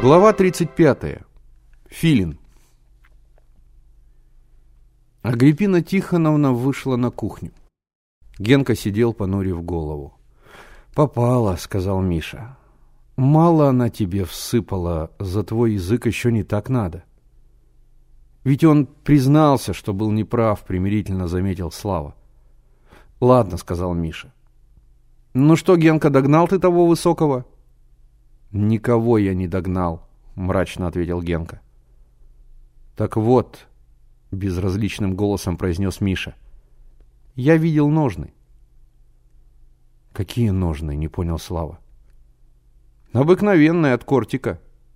Глава 35. Филин. Агриппина Тихоновна вышла на кухню. Генка сидел, понурив голову. «Попала», — сказал Миша. «Мало она тебе всыпала, за твой язык еще не так надо». «Ведь он признался, что был неправ», — примирительно заметил Слава. «Ладно», — сказал Миша. «Ну что, Генка, догнал ты того высокого?» «Никого я не догнал», — мрачно ответил Генка. «Так вот», — безразличным голосом произнес Миша, — «я видел ножны». «Какие ножны?» — не понял Слава. «Обыкновенные, от кортика».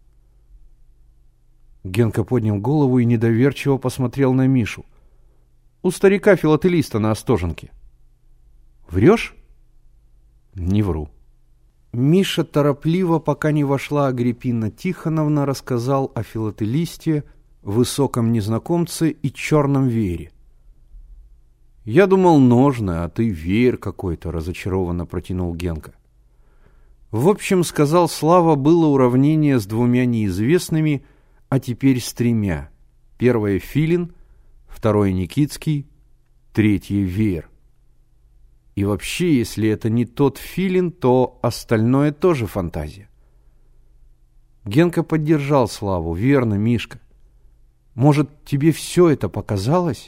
Генка поднял голову и недоверчиво посмотрел на Мишу. «У старика-филателиста на Остоженке». «Врешь?» «Не вру». Миша торопливо, пока не вошла Агриппина Тихоновна, рассказал о филателисте, высоком незнакомце и черном веере. «Я думал, ножны, а ты веер какой-то», — разочарованно протянул Генка. В общем, сказал Слава, было уравнение с двумя неизвестными, а теперь с тремя. Первое — Филин, второе — Никитский, третье — веер. И вообще, если это не тот Филин, то остальное тоже фантазия. Генка поддержал Славу. «Верно, Мишка. Может, тебе все это показалось?»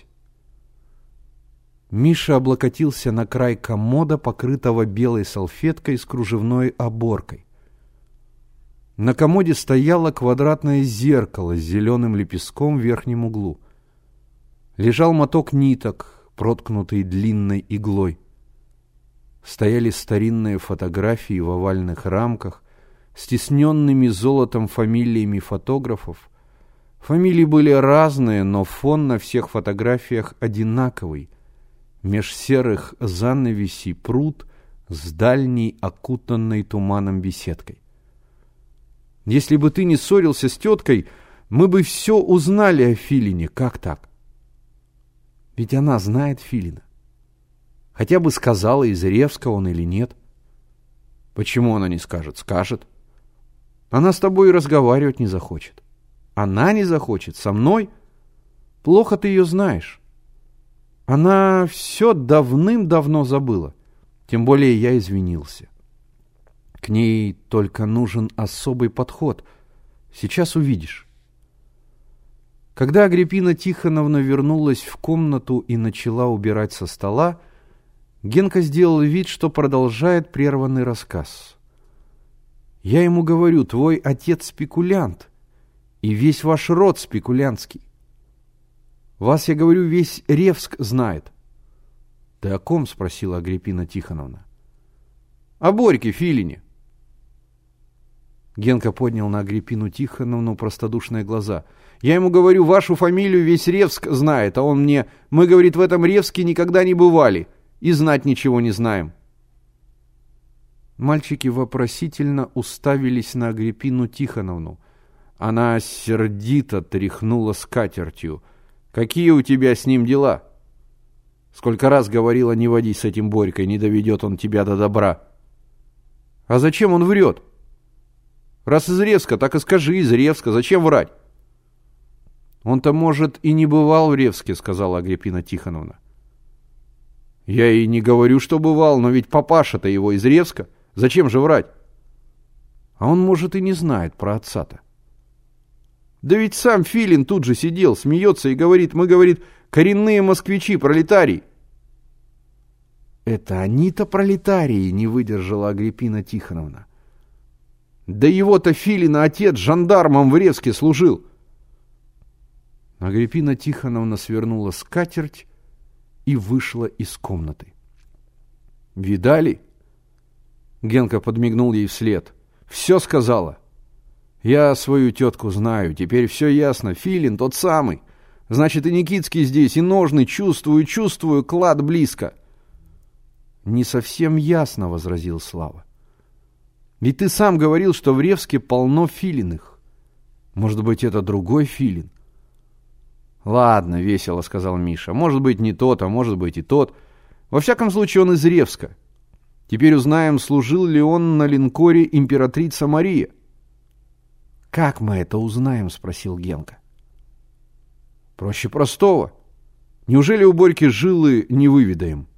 Миша облокотился на край комода, покрытого белой салфеткой с кружевной оборкой. На комоде стояло квадратное зеркало с зеленым лепестком в верхнем углу. Лежал моток ниток, проткнутый длинной иглой. Стояли старинные фотографии в овальных рамках с тисненными золотом фамилиями фотографов. Фамилии были разные, но фон на всех фотографиях одинаковый. Меж серых занавесей пруд с дальней, окутанной туманом беседкой. «Если бы ты не ссорился с теткой, мы бы все узнали о Филине. Как так?» «Ведь она знает Филина. Хотя бы сказала, из Ревска он или нет». «Почему она не скажет?» «Скажет. Она с тобой и разговаривать не захочет». «Она не захочет? Со мной? Плохо ты ее знаешь. Она все давным-давно забыла. Тем более я извинился. К ней только нужен особый подход. Сейчас увидишь». Когда Агриппина Тихоновна вернулась в комнату и начала убирать со стола, Генка сделал вид, что продолжает прерванный рассказ. «Я ему говорю, твой отец спекулянт, и весь ваш род спекулянтский. Вас, я говорю, весь Ревск знает». «Ты о ком?» — спросила Агриппина Тихоновна. «О Борьке Филине». Генка поднял на Агриппину Тихоновну простодушные глаза. «Я ему говорю, вашу фамилию весь Ревск знает, а он мне, мы, говорит, в этом Ревске никогда не бывали и знать ничего не знаем». Мальчики вопросительно уставились на Агриппину Тихоновну. Она сердито тряхнула скатертью. «Какие у тебя с ним дела? Сколько раз говорила, не водись с этим Борькой, не доведет он тебя до добра». «А зачем он врет? Раз из Ревска, так и скажи, из Ревска. Зачем врать?» «Он-то, может, и не бывал в Ревске», — сказала Агриппина Тихоновна. «Я и не говорю, что бывал, но ведь папаша-то его из Ревска. Зачем же врать?» «А он, может, и не знает про отца-то». «Да ведь сам Филин тут же сидел, смеется и говорит, мы, говорит, коренные москвичи, пролетарии». «Это они-то пролетарии», — не выдержала Агриппина Тихоновна. «Да его-то Филина отец жандармом в Ревске служил». Агриппина Тихоновна свернула скатерть и вышла из комнаты. «Видали?» Генка подмигнул ей вслед. «Все сказала. Я свою тетку знаю, теперь все ясно. Филин тот самый. Значит, и Никитский здесь, и ножны. Чувствую, клад близко». «Не совсем ясно», — возразил Слава. «Ведь ты сам говорил, что в Ревске полно Филиных. Может быть, это другой Филин?» «Ладно», — весело сказал Миша. «Может быть, не тот, а может быть и тот. Во всяком случае, он из Ревска. Теперь узнаем, служил ли он на линкоре императрица Мария». «Как мы это узнаем?» — спросил Генка. «Проще простого. Неужели у Борьки жилы не выведаем?»